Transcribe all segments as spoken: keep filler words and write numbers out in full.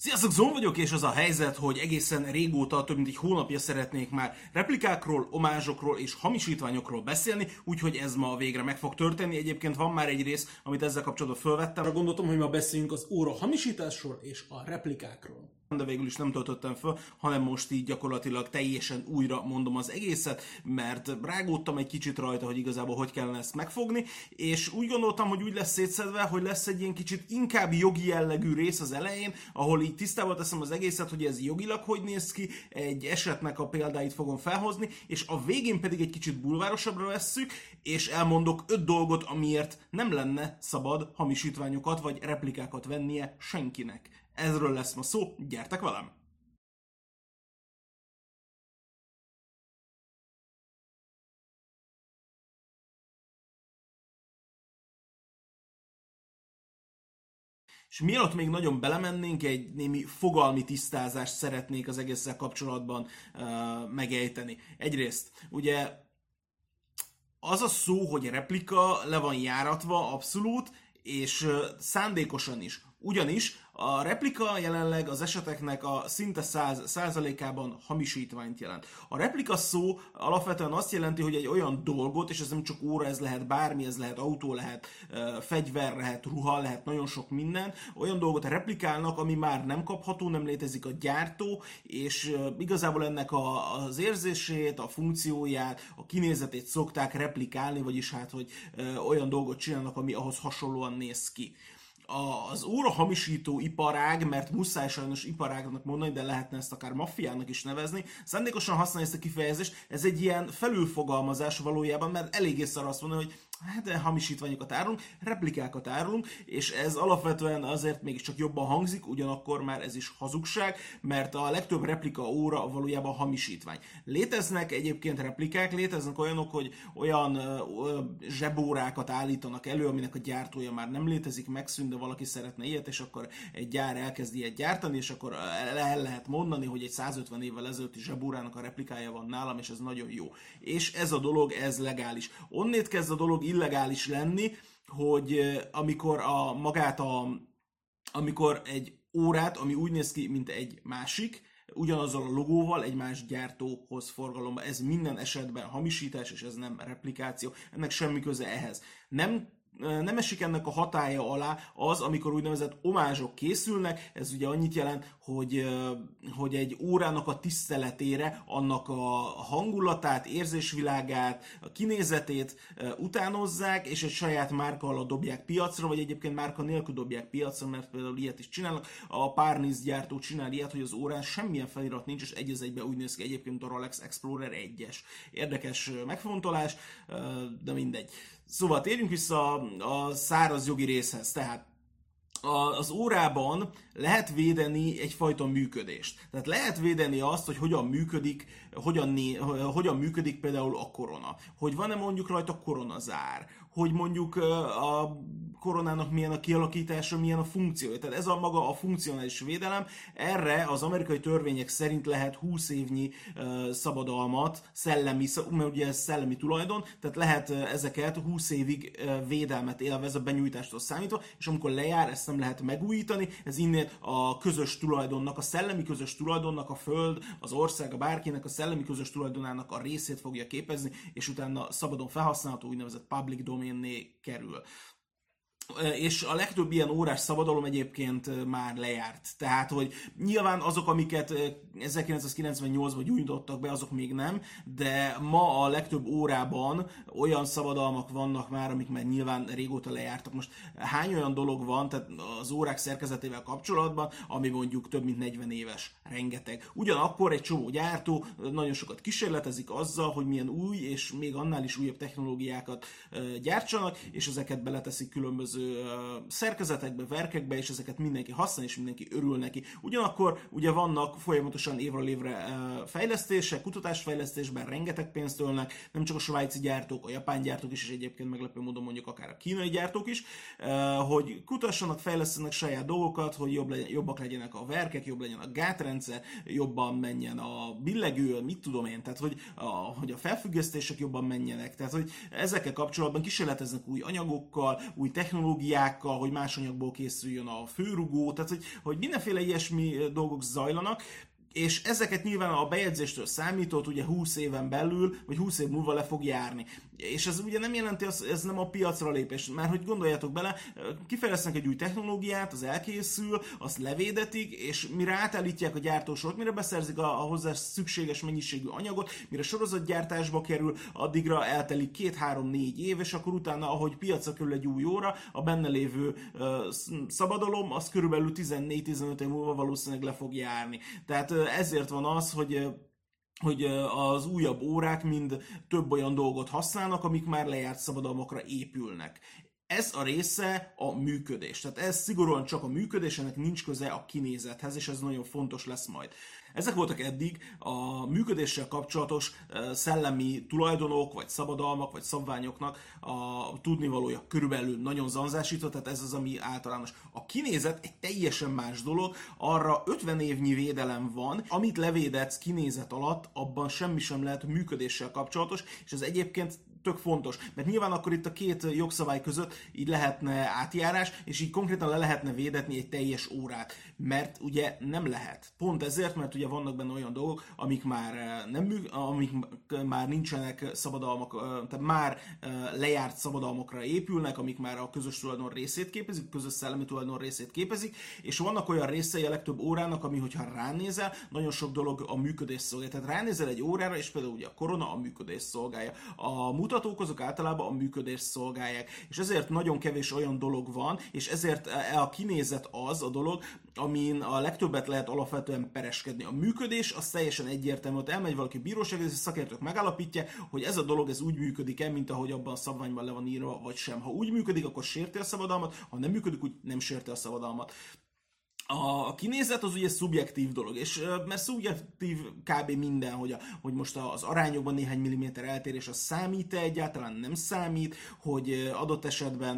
Sziasztok, Zon vagyok, és az a helyzet, hogy egészen régóta, több mint egy hónapja szeretnék már replikákról, omázsokról és hamisítványokról beszélni, úgyhogy ez ma végre meg fog történni. Egyébként van már egy rész, amit ezzel kapcsolatban felvettem. Gondoltam, hogy ma beszéljünk az óra hamisításról és a replikákról. De végül is nem töltöttem föl, hanem most így gyakorlatilag teljesen újra mondom az egészet, mert rágódtam egy kicsit rajta, hogy igazából hogy kellene ezt megfogni, és úgy gondoltam, hogy úgy lesz szétszedve, hogy lesz egy ilyen kicsit inkább jogi jellegű rész az elején, ahol így tisztába teszem az egészet, hogy ez jogilag hogy néz ki, egy esetnek a példáit fogom felhozni, és a végén pedig egy kicsit bulvárosabbra vesszük, és elmondok öt dolgot, amiért nem lenne szabad hamisítványokat vagy replikákat vennie senkinek. Ezről lesz ma szó, gyertek velem! És mielőtt még nagyon belemennénk, egy némi fogalmi tisztázást szeretnék az egésszel kapcsolatban uh, megejteni. Egyrészt, ugye az a szó, hogy replika le van járatva abszolút, és uh, szándékosan is. Ugyanis a replika jelenleg az eseteknek a szinte száz százalékában hamisítványt jelent. A replika szó alapvetően azt jelenti, hogy egy olyan dolgot, és ez nem csak óra, ez lehet bármi, ez lehet autó, lehet fegyver, lehet ruha, lehet nagyon sok minden, olyan dolgot replikálnak, ami már nem kapható, nem létezik a gyártó, és igazából ennek a, az érzését, a funkcióját, a kinézetét szokták replikálni, vagyis hát, hogy olyan dolgot csinálnak, ami ahhoz hasonlóan néz ki. Az óra hamisító iparág, mert muszáj sajnos iparágnak mondani, de lehetne ezt akár maffiának is nevezni, szándékosan használja ezt a kifejezést, ez egy ilyen felülfogalmazás valójában, mert eléggé szar azt mondani, hogy hát de hamisítványokat árulunk, replikákat árulunk, és ez alapvetően azért mégiscsak jobban hangzik, ugyanakkor már ez is hazugság, mert a legtöbb replika óra valójában hamisítvány. Léteznek egyébként replikák, léteznek olyanok, hogy olyan ö, zsebórákat állítanak elő, aminek a gyártója már nem létezik, megszűnt, de valaki szeretne ilyet, és akkor egy gyár elkezd ilyet gyártani, és akkor el lehet mondani, hogy egy százötven évvel ezelőtti zsebórának a replikája van nálam, és ez nagyon jó. És ez a dolog, ez legális. Onnét kezd a dolog illegális lenni, hogy amikor a magát a, amikor egy órát, ami úgy néz ki, mint egy másik, ugyanazzal a logóval egy más gyártóhoz forgalomba. Ez minden esetben hamisítás, és ez nem replikáció. Ennek semmi köze ehhez. Nem nem esik ennek a hatálya alá az, amikor úgynevezett omázsok készülnek, ez ugye annyit jelent, hogy, hogy egy órának a tiszteletére, annak a hangulatát, érzésvilágát, a kinézetét utánozzák, és egy saját márka alatt dobják piacra, vagy egyébként márka nélkül dobják piacra, mert például ilyet is csinálnak. A Párnisz gyártó csinál ilyet, hogy az órán semmilyen felirat nincs, és egy az egyben úgy néz ki egyébként a Rolex Explorer egyes. Érdekes megfontolás, de mindegy. Szóval térjünk vissza a száraz jogi részhez. Tehát az órában lehet védeni egyfajta működést. Tehát lehet védeni azt, hogy hogyan működik, hogyan, né, hogyan működik például a korona. Hogy van-e mondjuk rajta koronazár. Hogy mondjuk a koronának milyen a kialakítása, milyen a funkciója. Tehát ez a maga a funkcionális védelem. Erre az amerikai törvények szerint lehet húsz évnyi uh, szabadalmat, szellemi, mert ugye ez szellemi tulajdon, tehát lehet uh, ezeket húsz évig uh, védelmet élvez a benyújtástól számítva, és amikor lejár, ezt nem lehet megújítani, ez innen a közös tulajdonnak, a szellemi közös tulajdonnak, a föld, az ország, a bárkinek a szellemi közös tulajdonának a részét fogja képezni, és utána szabadon felhasználható úgynevezett public domainné kerül. És a legtöbb ilyen órás szabadalom egyébként már lejárt. Tehát, hogy nyilván azok, amiket ezerkilencszázkilencvennyolcban gyújtottak be, azok még nem, de ma a legtöbb órában olyan szabadalmak vannak már, amik már nyilván régóta lejártak. Most hány olyan dolog van, tehát az órák szerkezetével kapcsolatban, ami mondjuk több mint negyven éves, rengeteg. Ugyanakkor egy csomó gyártó nagyon sokat kísérletezik azzal, hogy milyen új és még annál is újabb technológiákat gyártsanak, és ezeket beleteszik különböző szerkezetekbe, verkekbe, és ezeket mindenki használ, és mindenki örül neki. Ugyanakkor ugye vannak folyamatosan évről évre fejlesztések, kutatásfejlesztésben rengeteg pénzt ölnek, nem csak a svájci gyártók, a japán gyártók is, és egyébként meglepő módon mondjuk akár a kínai gyártók is, hogy kutassanak, fejlesztenek saját dolgokat, hogy jobb legyen, jobbak legyenek a verkek, jobb legyen a gátrendszer, jobban menjen a billegő, mit tudom én, tehát hogy a, hogy a felfüggesztések jobban menjenek, tehát hogy ezekkel kapcsolatban kísérleteznek új anyagokkal, új technológiákkal, technológiákkal, hogy más anyagból készüljön a főrugó, tehát hogy, hogy mindenféle ilyesmi dolgok zajlanak, és ezeket nyilván a bejegyzéstől számított, ugye húsz éven belül, vagy húsz év múlva le fog járni. És ez ugye nem jelenti, az, ez nem a piacra lépés, mert hogy gondoljátok bele, kifejlesztenek egy új technológiát, az elkészül, azt levédetik, és mire átállítják a gyártósort, mire beszerzik a, a hozzá szükséges mennyiségű anyagot, mire sorozatgyártásba kerül, addigra eltelik két-három-négy év, és akkor utána, ahogy piacra kerül egy új óra, a benne lévő uh, szabadalom, az körülbelül tizennégy-tizenöt év múlva valószínűleg le fog járni. Tehát uh, ezért van az, hogy hogy az újabb órák mind több olyan dolgot használnak, amik már lejárt szabadalmakra épülnek. Ez a része a működés. Tehát ez szigorúan csak a működés, ennek nincs köze a kinézethez, és ez nagyon fontos lesz majd. Ezek voltak eddig a működéssel kapcsolatos szellemi tulajdonok, vagy szabadalmak, vagy szabványoknak a tudnivalója, körülbelül nagyon zanzásított, tehát ez az, ami általános. A kinézet egy teljesen más dolog, arra ötven évnyi védelem van, amit levédetsz kinézet alatt, abban semmi sem lehet működéssel kapcsolatos, és ez egyébként tök fontos, mert nyilván akkor itt a két jogszabály között így lehetne átjárás, és így konkrétan le lehetne védetni egy teljes órát, mert ugye nem lehet. Pont ezért, mert ugye vannak benne olyan dolgok, amik már nem mű, amik már nincsenek szabadalmak, tehát már lejárt szabadalmakra épülnek, amik már a közös tulajdon részét képezik, közös szellemi tulajdon részét képezik, és vannak olyan részei a legtöbb órának, ami, hogyha ránézel, nagyon sok dolog a működés szolgálja. Tehát ránézel egy órára, és például ugye a korona a működés szolgálja. A mutatók azok általában a működést szolgálják, és ezért nagyon kevés olyan dolog van, és ezért a kinézet az a dolog, amin a legtöbbet lehet alapvetően pereskedni. A működés az teljesen egyértelmű, hogy elmegy valaki bírósághoz, és szakértők megállapítják, hogy ez a dolog ez úgy működik-e, mint ahogy abban a szabványban le van írva, vagy sem. Ha úgy működik, akkor sérti a szabadalmat, ha nem működik, úgy nem sérti a szabadalmat. A kinézet az ugye szubjektív dolog, és mert szubjektív kb. Minden, hogy, a, hogy most az arányokban néhány milliméter eltérés az számít-e, egyáltalán nem számít, hogy adott esetben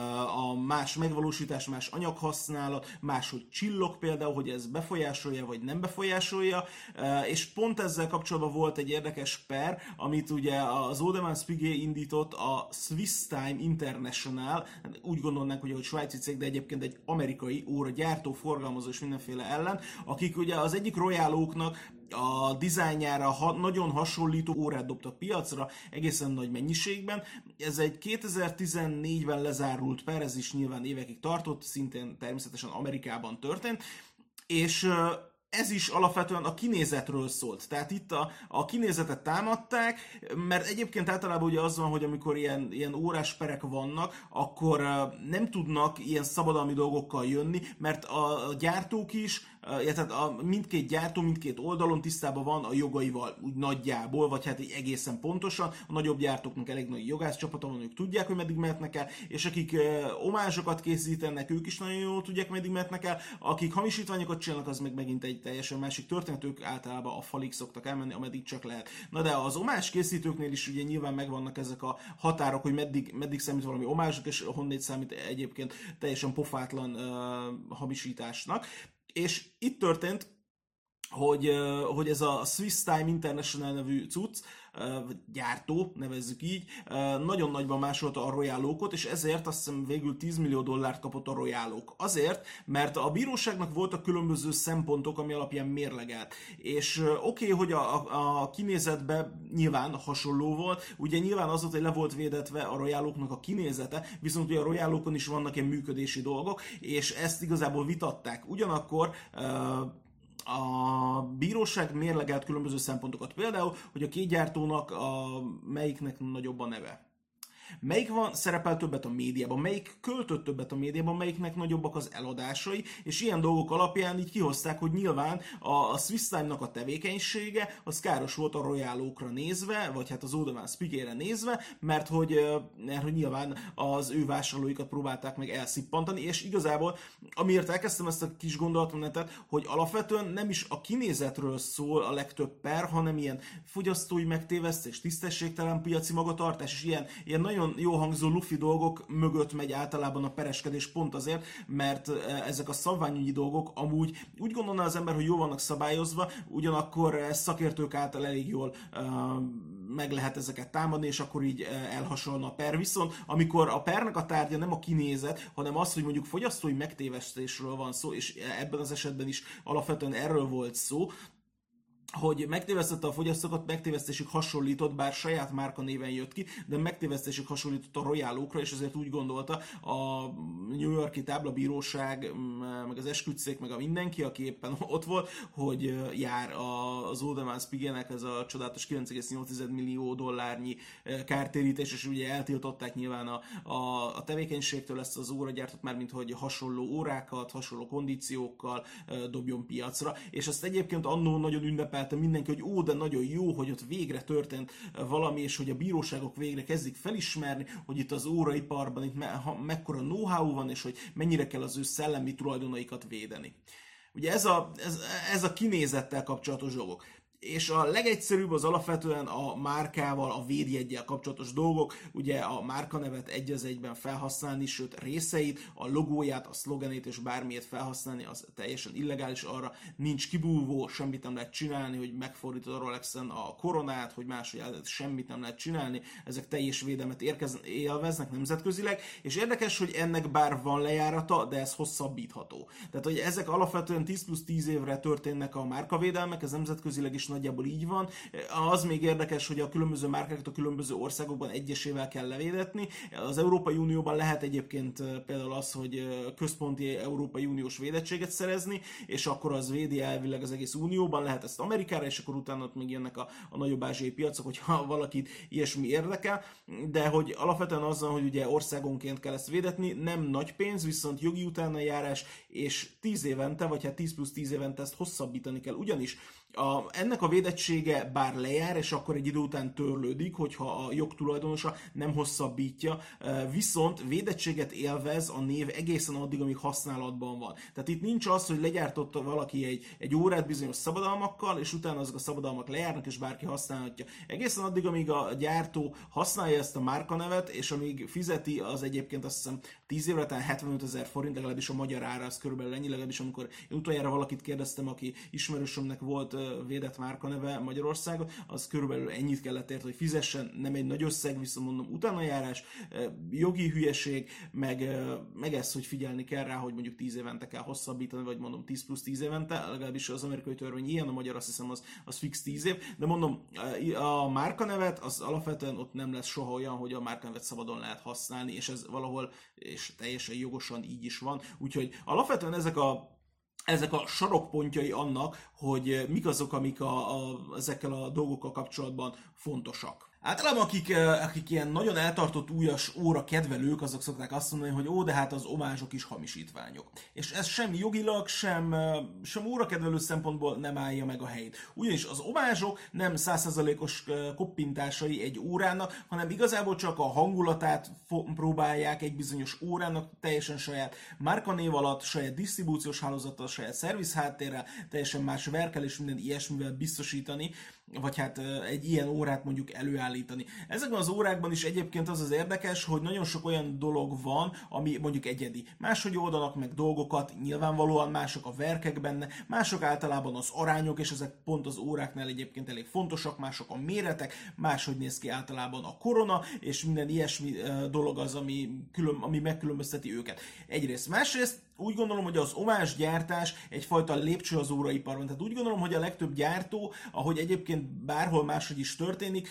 a más megvalósítás, más anyaghasználat, máshogy csillog például, hogy ez befolyásolja, vagy nem befolyásolja, és pont ezzel kapcsolatban volt egy érdekes per, amit ugye az Audemars Piguet indított, a Swiss Time International, úgy gondolnánk, hogy egy svájci cég, de egyébként egy amerikai óragyártó, forgalmazó és mindenféle ellen, akik ugye az egyik Royal Oaknak a dizájnjára ha, nagyon hasonlító órát dobtak piacra, egészen nagy mennyiségben. Ez egy kétezer-tizennégyben lezárult per, ez is nyilván évekig tartott, szintén természetesen Amerikában történt, és ez is alapvetően a kinézetről szólt. Tehát itt a, a kinézetet támadták, mert egyébként általában ugye az van, hogy amikor ilyen, ilyen órás perek vannak, akkor nem tudnak ilyen szabadalmi dolgokkal jönni, mert a, a gyártók is, ja, tehát a, mindkét gyártó, mindkét oldalon tisztában van a jogaival úgy nagyjából, vagy hát egy egészen pontosan. A nagyobb gyártóknak elég nagy jogászcsapata van, ők tudják, hogy meddig mehetnek el, és akik omázsokat készítenek, ők is nagyon jól tudják, meddig mehetnek el, akik hamisítványokat csinálnak, az meg megint egy teljesen másik történet, ők általában a falig szoktak elmenni, ameddig csak lehet. Na de az omázs készítőknél is ugye nyilván megvannak ezek a határok, hogy meddig, meddig számít valami omázsnak, és honnét számít egyébként teljesen pofátlan uh, hamisításnak. És itt történt, hogy, uh, hogy ez a Swiss Time International nevű cucc, vagy gyártó, nevezzük így, nagyon nagyban másolta a Royal Oakot, és ezért azt hiszem végül tíz millió dollárt kapott a Royal Oak. Azért, mert a bíróságnak voltak különböző szempontok, ami alapján mérlegelt. És oké, okay, hogy a, a, a kinézetben nyilván hasonló volt, ugye nyilván az volt, hogy le volt védetve a Royal Oaknak a kinézete, viszont ugye a Royal Oakon is vannak ilyen működési dolgok, és ezt igazából vitatták. Ugyanakkor a bíróság mérlegelt különböző szempontokat. Például, hogy a két gyártónak a, melyiknek nagyobb a neve. Melyik van, szerepel többet a médiában, melyik költött többet a médiában, melyiknek nagyobbak az eladásai, és ilyen dolgok alapján így kihozták, hogy nyilván a, a Swiss Time-nak a tevékenysége az káros volt a Royal Oakra nézve, vagy hát az Audemars Piguetre nézve, mert hogy, mert hogy nyilván az ő vásárlóikat próbálták meg elszippantani, és igazából amiért elkezdtem ezt a kis gondolatmenetet, hogy alapvetően nem is a kinézetről szól a legtöbb per, hanem ilyen fogyasztói megtévesztés, tisztességtelen piaci magatartás, és ilyen, ilyen nagyon jó hangzó lufi dolgok mögött megy általában a pereskedés, pont azért, mert ezek a szabványügyi dolgok amúgy úgy gondolná az ember, hogy jól vannak szabályozva, ugyanakkor szakértők által elég jól uh, meg lehet ezeket támadni, és akkor így elhasalna a per. Viszont amikor a pernek a tárgya nem a kinézet, hanem az, hogy mondjuk fogyasztói megtévesztésről van szó, és ebben az esetben is alapvetően erről volt szó, hogy megtévesztette a fogyasztókat, megtévesztésük hasonlított, bár saját márka néven jött ki, de megtévesztésük hasonlított a Royal Oakra, és ezért úgy gondolta a New York-i táblabíróság, meg az esküdtszék, meg a mindenki, aki éppen ott volt, hogy jár az Audemars Piguet-nek ez a csodálatos kilenc egész nyolc millió dollárnyi kártérítés, és ugye eltiltották nyilván a, a, a tevékenységtől ezt az óragyártót, már mint hogy hasonló órákat, hasonló kondíciókkal dobjon piacra, és ezt egyébként annó nagyon ünnepel mindenki, hogy ó, de nagyon jó, hogy ott végre történt valami, és hogy a bíróságok végre kezdik felismerni, hogy itt az óraiparban itt me- mekkora know-how van, és hogy mennyire kell az ő szellemi tulajdonaikat védeni. Ugye ez a, ez, ez a kinézettel kapcsolatos dolgok. És a legegyszerűbb az alapvetően a márkával, a védjeggyel kapcsolatos dolgok, ugye a márkanevet egy az egyben felhasználni, sőt részeit, a logóját, a szlogenét és bármilyet felhasználni, az teljesen illegális, arra nincs kibúvó, semmit nem lehet csinálni, hogy megfordítod a Rolexen a koronát, hogy máshogy semmit nem lehet csinálni, ezek teljes védelmet érkeznek, élveznek nemzetközileg, és érdekes, hogy ennek bár van lejárata, de ez hosszabbítható. Tehát, hogy ezek alapvetően tíz plusz tíz évre történnek a márkavédelmek, ez nemzetközileg is nagyjából így van. Az még érdekes, hogy a különböző márkákat a különböző országokban egyesével kell levédetni. Az Európai Unióban lehet egyébként például az, hogy központi Európai Uniós védettséget szerezni, és akkor az védi elvileg az egész Unióban, lehet ezt Amerikára, és akkor utána ott még jönnek a, a nagyobb ázsiai piacok, hogyha valakit ilyesmi érdekel, de hogy alapvetően azzal, hogy ugye országonként kell ezt védetni, nem nagy pénz, viszont jogi utánajárás, és tíz évente, vagy hát tíz plusz tíz évente ezt hosszabbítani kell, ugyanis A, ennek a védettsége bár lejár, és akkor egy idő után törlődik, hogyha a jogtulajdonosa nem hosszabbítja, viszont védettséget élvez a név egészen addig, amíg használatban van. Tehát itt nincs az, hogy legyártotta valaki egy, egy órát bizonyos szabadalmakkal, és utána azok a szabadalmak lejárnak, és bárki használhatja. Egészen addig, amíg a gyártó használja ezt a márkanevet, és amíg fizeti, az egyébként azt hiszem tíz évre, tehát hetvenöt ezer forint, legalábbis a magyar ára, az körülbelül ennyi, legalábbis amikor én utoljára valakit kérdeztem, aki ismerősömnek volt védett márkaneve Magyarországon, az körülbelül ennyit kellett érte, hogy fizessen, nem egy nagy összeg, viszont mondom utánajárás, jogi hülyeség, meg, meg ez, hogy figyelni kell rá, hogy mondjuk tíz évente kell hosszabbítani, vagy mondom tíz plusz tíz évente, legalábbis az amerikai törvény ilyen, a magyar azt hiszem az, az fix tíz év, de mondom, a márkanevet az alapvetően ott nem lesz soha olyan, hogy a márkanevet szabadon lehet használni, és ez valahol, és teljesen jogosan így is van, úgyhogy alapvetően ezek a ezek a sarokpontjai annak, hogy mik azok, amik a, a, ezekkel a dolgokkal kapcsolatban fontosak. Általában akik, akik ilyen nagyon eltartott újas óra kedvelők, azok szokták azt mondani, hogy ó, de hát az omázsok is hamisítványok. És ez sem jogilag, sem, sem órakedvelő szempontból nem állja meg a helyét. Ugyanis az omázsok nem száz százalékos koppintásai egy órának, hanem igazából csak a hangulatát próbálják egy bizonyos órának teljesen saját márkanév alatt, saját disztribúciós hálózattal, saját szerviz háttérrel, teljesen más verkel és minden ilyesmivel biztosítani, vagy hát egy ilyen órát mondjuk előállítani. Ezekben az órákban is egyébként az az érdekes, hogy nagyon sok olyan dolog van, ami mondjuk egyedi. Máshogy oldanak meg dolgokat, nyilvánvalóan mások a verkek benne, mások általában az arányok, és ezek pont az óráknál egyébként elég fontosak, mások a méretek, máshogy néz ki általában a korona, és minden ilyesmi dolog az, ami, külön, ami megkülönbözteti őket. Egyrészt. Másrészt úgy gondolom, hogy az omázsgyártás egyfajta lépcső az óraiparban. Tehát úgy gondolom, hogy a legtöbb gyártó, ahogy egyébként bárhol máshogy is történik,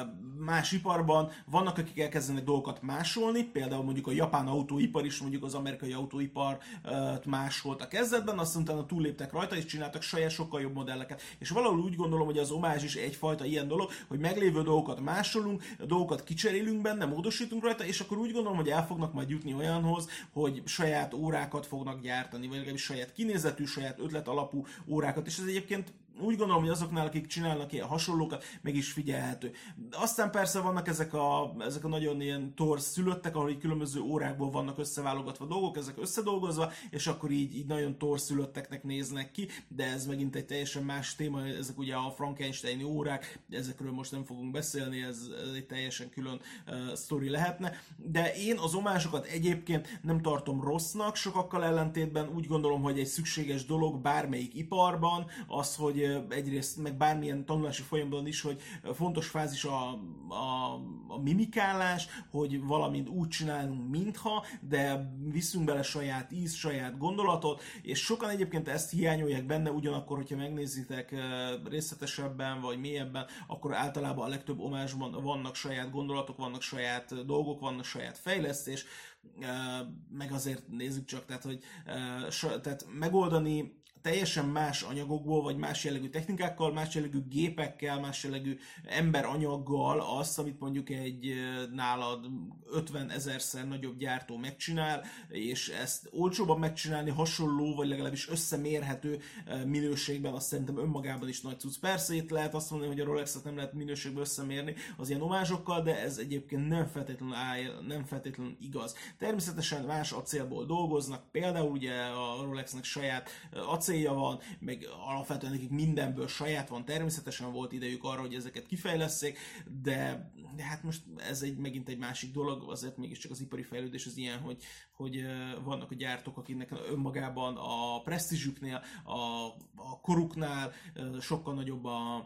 más iparban vannak, akik elkezdenek dolgokat másolni, például mondjuk a japán autóipar is, mondjuk az amerikai autóipar másolt a kezdetben, aztán utána túlléptek rajta, és csináltak saját sokkal jobb modelleket. És valahol úgy gondolom, hogy az omázs is egyfajta ilyen dolog, hogy meglévő dolgokat másolunk, dolgokat kicserélünk benne, módosítunk rajta, és akkor úgy gondolom, hogy el fognak majd jutni olyanhoz, hogy saját órákat fognak gyártani, vagy legalábbis saját kinézetű, saját ötlet alapú órákat, és ez egyébként úgy gondolom, hogy azoknál, akik csinálnak ilyen hasonlókat, meg is figyelhető. De aztán persze vannak ezek a, ezek a nagyon ilyen torz szülöttek, ahol így különböző órákból vannak összeválogatva dolgok, ezek összedolgozva, és akkor így, így nagyon torz szülötteknek néznek ki, de ez megint egy teljesen más téma, ezek ugye a Frankensteini órák, ezekről most nem fogunk beszélni, ez, ez egy teljesen külön uh, sztori lehetne, de én az omázsokat egyébként nem tartom rossznak, sokakkal ellentétben úgy gondolom, hogy egy szükséges dolog bármelyik iparban, az, hogy egyrészt, meg bármilyen tanulási folyamban is, hogy fontos fázis a, a, a mimikálás, hogy valamint úgy csinálunk, mintha, de viszünk bele saját íz, saját gondolatot, és sokan egyébként ezt hiányolják benne, ugyanakkor, hogyha megnézitek részletesebben, vagy mélyebben, akkor általában a legtöbb omázsban vannak saját gondolatok, vannak saját dolgok, vannak saját fejlesztés, meg azért nézzük csak, tehát, hogy tehát megoldani teljesen más anyagokból, vagy más jellegű technikákkal, más jellegű gépekkel, más jellegű emberanyaggal azt, amit mondjuk egy nálad ötven ezerszer nagyobb gyártó megcsinál, és ezt olcsóban megcsinálni, hasonló, vagy legalábbis összemérhető minőségben, azt szerintem önmagában is nagy cucc. Persze itt lehet azt mondani, hogy a Rolexet nem lehet minőségben összemérni az ilyen omázsokkal, de ez egyébként nem feltétlenül, áll, nem feltétlenül igaz. Természetesen más acélból dolgoznak, például ugye a Rolexnek saját acél célja van, meg alapvetően nekik mindenből saját van, természetesen volt idejük arra, hogy ezeket kifejlesszék, de, de hát most ez egy, megint egy másik dolog, azért mégiscsak az ipari fejlődés az ilyen, hogy, hogy vannak a gyártók, akiknek önmagában a presztízsüknél, a, a koruknál sokkal nagyobb a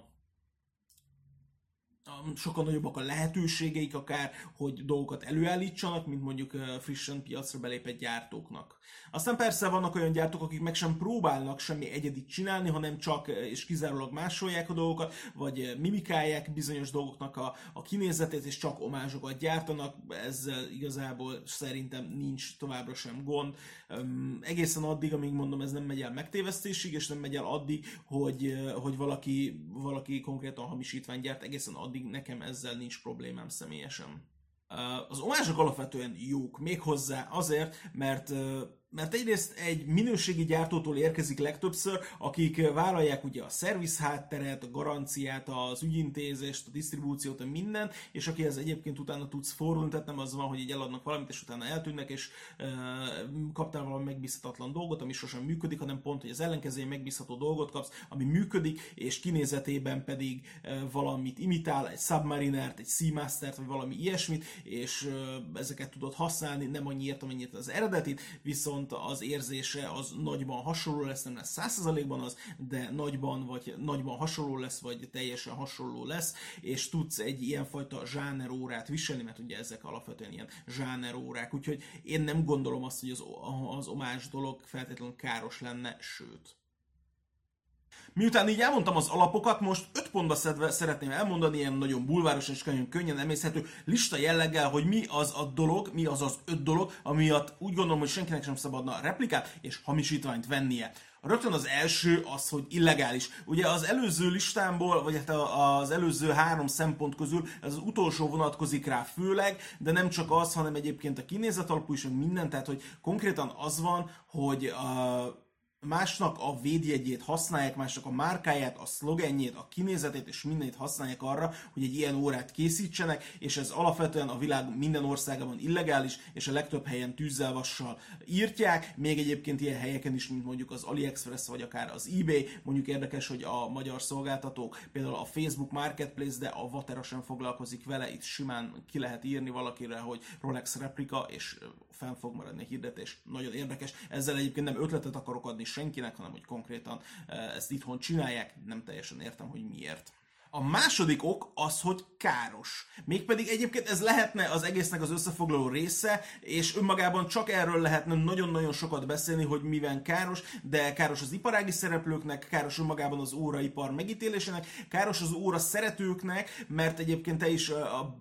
sokkal nagyobbak a lehetőségeik akár, hogy dolgokat előállítsanak, mint mondjuk frissen piacra belépett gyártóknak. Aztán persze vannak olyan gyártók, akik meg sem próbálnak semmi egyedit csinálni, hanem csak és kizárólag másolják a dolgokat, vagy mimikálják bizonyos dolgoknak a, a kinézetét, és csak omázsokat gyártanak. Ezzel igazából szerintem nincs továbbra sem gond. Um, egészen addig, amíg mondom, ez nem megy el megtévesztésig, és nem megy el addig, hogy, hogy valaki, valaki konkrétan hamisítványt gyárt, egészen addig nekem ezzel nincs problémám személyesen. Az omázsok alapvetően jók, méghozzá azért, mert mert egyrészt egy minőségi gyártótól érkezik legtöbbször, akik vállalják ugye a szerviz hátteret, a garanciát, az ügyintézést, a disztribúciót, a mindent, és akihez egyébként utána tudsz fordulni, tehát nem az van, hogy így eladnak valamit, és utána eltűnnek, és e, kaptál valami megbízhatatlan dolgot, ami sosem működik, hanem pont, hogy az ellenkezőjén megbízható dolgot kapsz, ami működik, és kinézetében pedig e, valamit imitál, egy Submarinert, egy Seamastert, vagy valami ilyesmit, és e, ezeket tudod használni, nem annyiért, amennyit az eredetit, viszont az érzése az nagyban hasonló lesz, nem lesz száz százalékban az, de nagyban vagy nagyban hasonló lesz, vagy teljesen hasonló lesz, és tudsz egy ilyenfajta zsánerórát viselni, mert ugye ezek alapvetően ilyen zsánerórák, úgyhogy én nem gondolom azt, hogy az, az omázs dolog feltétlenül káros lenne, sőt. Miután így elmondtam az alapokat, most öt pontba szedve szeretném elmondani, ilyen nagyon bulvárosan és könnyen, könnyen emészhető lista jelleggel, hogy mi az a dolog, mi az az öt dolog, amiatt úgy gondolom, hogy senkinek sem szabadna replikát és hamisítványt vennie. Rögtön az első az, hogy illegális. Ugye az előző listámból, vagy hát az előző három szempont közül ez az utolsó vonatkozik rá főleg, de nem csak az, hanem egyébként a kinézet alapú is, minden, tehát hogy konkrétan az van, hogy a másnak a védjegyét használják, másnak a márkáját, a szlogenjét, a kinézetét és mindenit használják arra, hogy egy ilyen órát készítsenek, és ez alapvetően a világ minden országában illegális, és a legtöbb helyen tűzzel vassal írtják, még egyébként ilyen helyeken is, mint mondjuk az AliExpress, vagy akár az eBay, mondjuk érdekes, hogy a magyar szolgáltatók, például a Facebook Marketplace, de a Vatera sem foglalkozik vele, itt simán ki lehet írni valakire, hogy Rolex replika, és fenn fog maradni a hirdetés. Nagyon érdekes. Ezzel egyébként nem ötletet akarok adni senkinek, hanem hogy konkrétan ezt itthon csinálják. Nem teljesen értem, hogy miért. A második ok az, hogy káros. Mégpedig egyébként ez lehetne az egésznek az összefoglaló része, és önmagában csak erről lehetne nagyon-nagyon sokat beszélni, hogy mivel káros, de káros az iparági szereplőknek, káros önmagában az óraipar megítélésének, káros az óra szeretőknek, mert egyébként te is,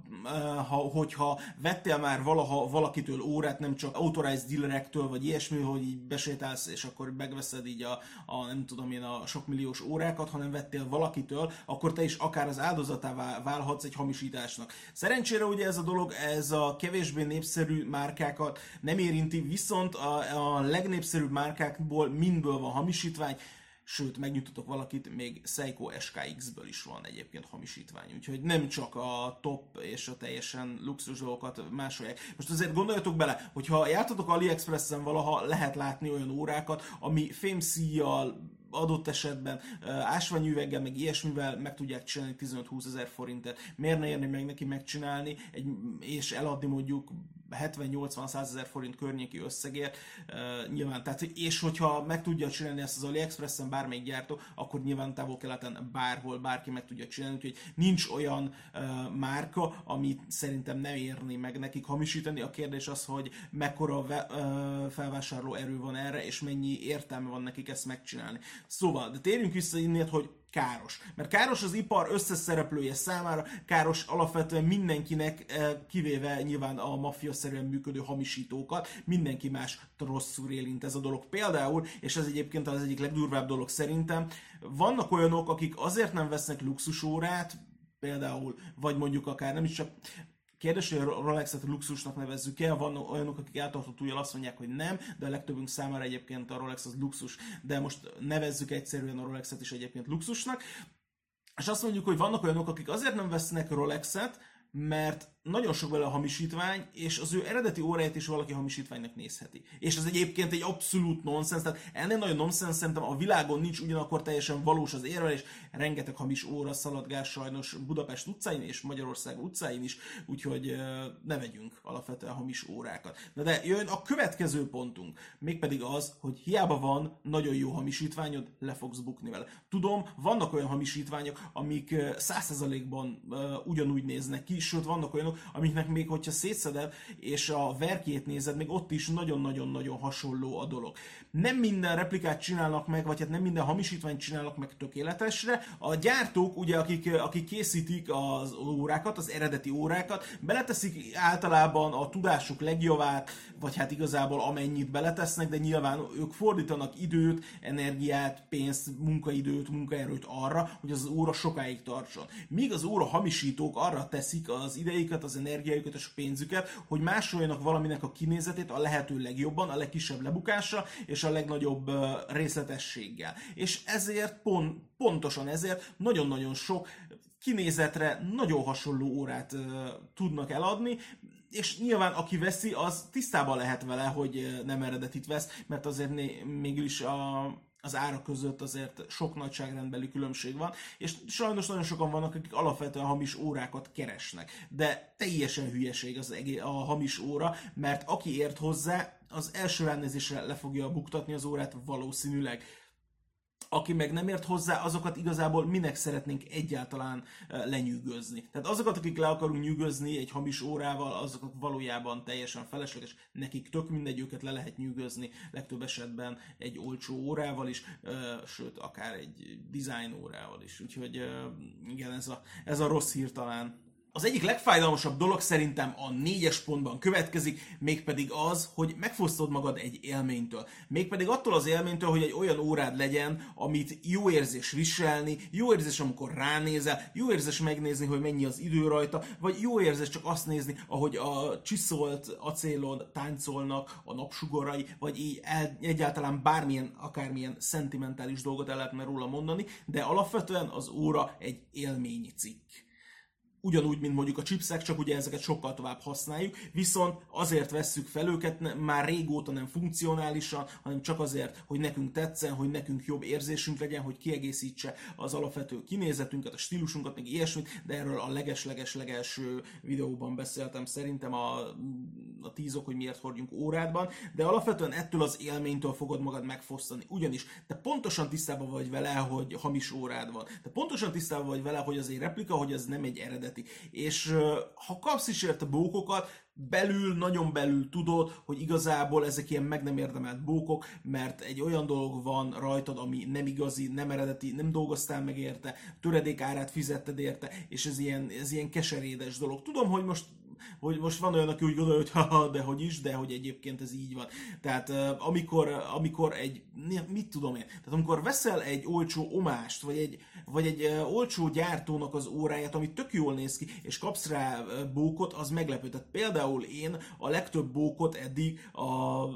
hogyha vettél már valaha valakitől órát, nem csak authorized dealerektől, vagy ilyesmi, hogy így besétálsz, és akkor megveszed így a, a nem tudom én, a sok milliós órákat, hanem vettél valakitől, akkor te is akár az áldozatává válhatsz egy hamisításnak. Szerencsére ugye ez a dolog, ez a kevésbé népszerű márkákat nem érinti, viszont a, a legnépszerűbb márkákból mindből van hamisítvány, sőt, megnyugtatok valakit, még Seiko es ká iksz-ből is van egyébként hamisítvány, úgyhogy nem csak a top és a teljesen luxus dolgokat másolják. Most azért gondoljatok bele, hogyha jártatok AliExpressen valaha, lehet látni olyan órákat, ami fémszíjjal, adott esetben ásványüveggel, meg ilyesmivel meg tudják csinálni tizenöt-húsz ezer forintért. Miért ne érni meg neki megcsinálni, egy, és eladni mondjuk hetven-nyolcvan-százezer forint környéki összegért, uh, nyilván, tehát, és hogyha meg tudja csinálni ezt az AliExpressen bármelyik gyártó, akkor nyilván távol-keleten bárhol bárki meg tudja csinálni, úgyhogy nincs olyan uh, márka, amit szerintem nem érni meg nekik hamisítani. A kérdés az, hogy mekkora ve, uh, felvásárló erő van erre, és mennyi értelme van nekik ezt megcsinálni. Szóval, de térjünk vissza innét, hogy káros. Mert káros az ipar összes szereplője számára, káros alapvetően mindenkinek, kivéve nyilván a maffia-szerűen működő hamisítókat, mindenki más rosszul érint ez a dolog. Például, és ez egyébként az egyik legdurvább dolog szerintem, vannak olyanok, akik azért nem vesznek luxusórát, például, vagy mondjuk akár nem is csak kérdés, hogy a Rolexet luxusnak nevezzük el, vannak olyanok, akik eltartott ujjal azt mondják, hogy nem, de a legtöbbünk számára egyébként a Rolex az luxus, de most nevezzük egyszerűen a Rolexet is egyébként luxusnak. És azt mondjuk, hogy vannak olyanok, akik azért nem vesznek Rolexet, mert nagyon sok vele a hamisítvány, és az ő eredeti óráját is valaki hamisítványnak nézheti. És ez egyébként egy abszolút nonsens, tehát ennél nagyon nonsens szerintem a világon nincs, ugyanakkor teljesen valós az érvelés, rengeteg hamis óra szaladgál sajnos Budapest utcáin és Magyarország utcáin is, úgyhogy ne vegyünk alapvetően hamis órákat. Na de jön a következő pontunk, mégpedig az, hogy hiába van nagyon jó hamisítványod, le fogsz bukni vele. Tudom, vannak olyan hamisítványok, amik száz százalékban ugyanúgy néznek ki, sőt vannak olyanok, amiknek még hogyha szétszeded, és a verkét nézed, még ott is nagyon-nagyon-nagyon hasonló a dolog. Nem minden replikát csinálnak meg, vagy hát nem minden hamisítványt csinálnak meg tökéletesre. A gyártók, ugye, akik, akik készítik az órákat, az eredeti órákat, beleteszik általában a tudásuk legjavát, vagy hát igazából amennyit beletesznek, de nyilván ők fordítanak időt, energiát, pénzt, munkaidőt, munkaerőt arra, hogy az óra sokáig tartson. Míg az óra hamisítók arra teszik az idejüket, az energiájukat és a pénzüket, hogy másoljanak valaminek a kinézetét a lehető legjobban, a legkisebb lebukással és a legnagyobb részletességgel. És ezért, pont, pontosan ezért nagyon-nagyon sok kinézetre nagyon hasonló órát uh, tudnak eladni, és nyilván aki veszi, az tisztában lehet vele, hogy nem eredetit vesz, mert azért né- mégis a az árak között azért sok nagyságrendbeli különbség van, és sajnos nagyon sokan vannak, akik alapvetően hamis órákat keresnek. De teljesen hülyeség az egész, a hamis óra, mert aki ért hozzá, az első ránézésre le fogja buktatni az órát valószínűleg. Aki meg nem ért hozzá, azokat igazából minek szeretnénk egyáltalán lenyűgözni. Tehát azokat, akik le akarunk nyűgözni egy hamis órával, azok valójában teljesen felesleges. Nekik tök mindegy, őket le lehet nyűgözni, legtöbb esetben egy olcsó órával is, sőt, akár egy design órával is. Úgyhogy igen, ez a, ez a rossz hír talán. Az egyik legfájdalmasabb dolog szerintem a négyes pontban következik, mégpedig az, hogy megfosztod magad egy élménytől. Mégpedig attól az élménytől, hogy egy olyan órád legyen, amit jó érzés viselni, jó érzés, amikor ránézel, jó érzés megnézni, hogy mennyi az idő rajta, vagy jó érzés csak azt nézni, ahogy a csiszolt acélon táncolnak a napsugarai, vagy így egyáltalán bármilyen, akármilyen szentimentális dolgot el lehetne róla mondani, de alapvetően az óra egy élményi cikk. Ugyanúgy, mint mondjuk a chipsek, csak ugye ezeket sokkal tovább használjuk, viszont azért vesszük fel őket már régóta nem funkcionálisan, hanem csak azért, hogy nekünk tetszen, hogy nekünk jobb érzésünk legyen, hogy kiegészítse az alapvető kinézetünket, a stílusunkat, meg ilyesmit, de erről a leges-leges legelső videóban beszéltem szerintem a, a tízok, hogy miért hordjunk órádban, de alapvetően ettől az élménytől fogod magad megfosztani. Ugyanis te pontosan tisztában vagy vele, hogy hamis órád van. Te pontosan tisztában vagy vele, hogy az egy replika, hogy ez nem egy eredeti. És uh, ha kapsz is érte bókokat, belül, nagyon belül tudod, hogy igazából ezek ilyen meg nem érdemelt bókok, mert egy olyan dolog van rajtad, ami nem igazi, nem eredeti, nem dolgoztál meg érte, töredék árát fizetted érte, és ez ilyen, ez ilyen keserédes dolog. Tudom, hogy most hogy most van olyan, aki úgy gondolja, hogy haha, de hogy is, de hogy egyébként ez így van. Tehát amikor, amikor egy, mit tudom én, tehát amikor veszel egy olcsó omást, vagy egy, vagy egy olcsó gyártónak az óráját, ami tök jól néz ki, és kapsz rá bókot, az meglepő. Tehát például én a legtöbb bókot eddig a,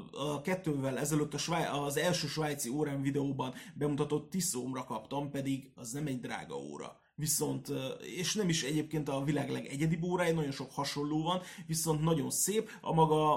a kettővel ezelőtt a sváj, az első svájci órám videóban bemutatott Tissotra kaptam, pedig az nem egy drága óra. Viszont, és nem is egyébként a világ legegyedibb órája, nagyon sok hasonló van, viszont nagyon szép a maga,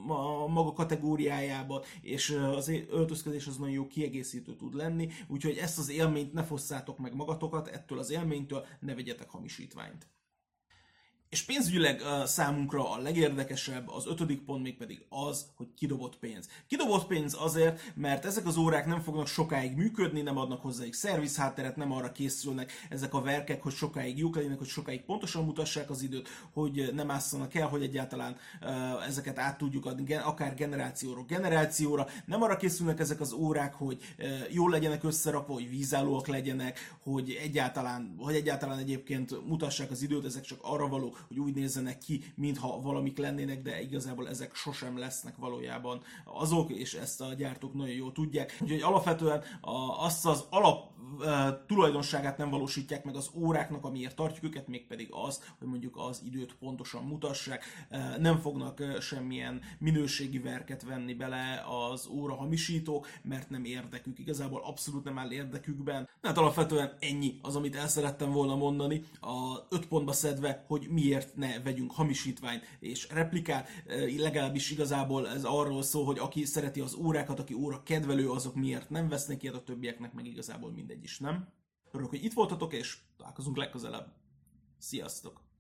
a maga kategóriájában, és az öltözködés az nagyon jó kiegészítő tud lenni, úgyhogy ezt az élményt ne fosszátok meg magatokat, ettől az élménytől ne vegyetek hamisítványt. És pénzügyileg uh, számunkra a legérdekesebb, az ötödik pont még pedig az, hogy kidobott pénz. Kidobott pénz azért, mert ezek az órák nem fognak sokáig működni, nem adnak hozzájuk szervizhátteret, nem arra készülnek ezek a verkek, hogy sokáig jók legyenek, hogy sokáig pontosan mutassák az időt, hogy nem ásszanak el, hogy egyáltalán uh, ezeket át tudjuk adni, akár generációról generációra. Nem arra készülnek ezek az órák, hogy uh, jól legyenek összerakva, hogy vízállóak legyenek, hogy egyáltalán, hogy egyáltalán egyébként mutassák az időt, ezek csak arra való, hogy úgy nézzenek ki, mintha valamik lennének, de igazából ezek sosem lesznek valójában azok, és ezt a gyártók nagyon jól tudják. Úgyhogy alapvetően a, azt az alap e, tulajdonságát nem valósítják meg az óráknak, amiért tartjuk őket, mégpedig az, hogy mondjuk az időt pontosan mutassák. E, nem fognak e, semmilyen minőségi verket venni bele az óra hamisítók, mert nem érdekük. Igazából abszolút nem áll érdekükben. Hát alapvetően ennyi az, amit el szerettem volna mondani, a öt pontba szedve, hogy miért ne vegyünk hamisítványt és replikát, legalábbis igazából ez arról szól, hogy aki szereti az órákat, aki óra kedvelő, azok miért nem vesznek ilyet, a többieknek meg igazából mindegy is, nem? Örülök, hogy itt voltatok, és találkozunk legközelebb. Sziasztok!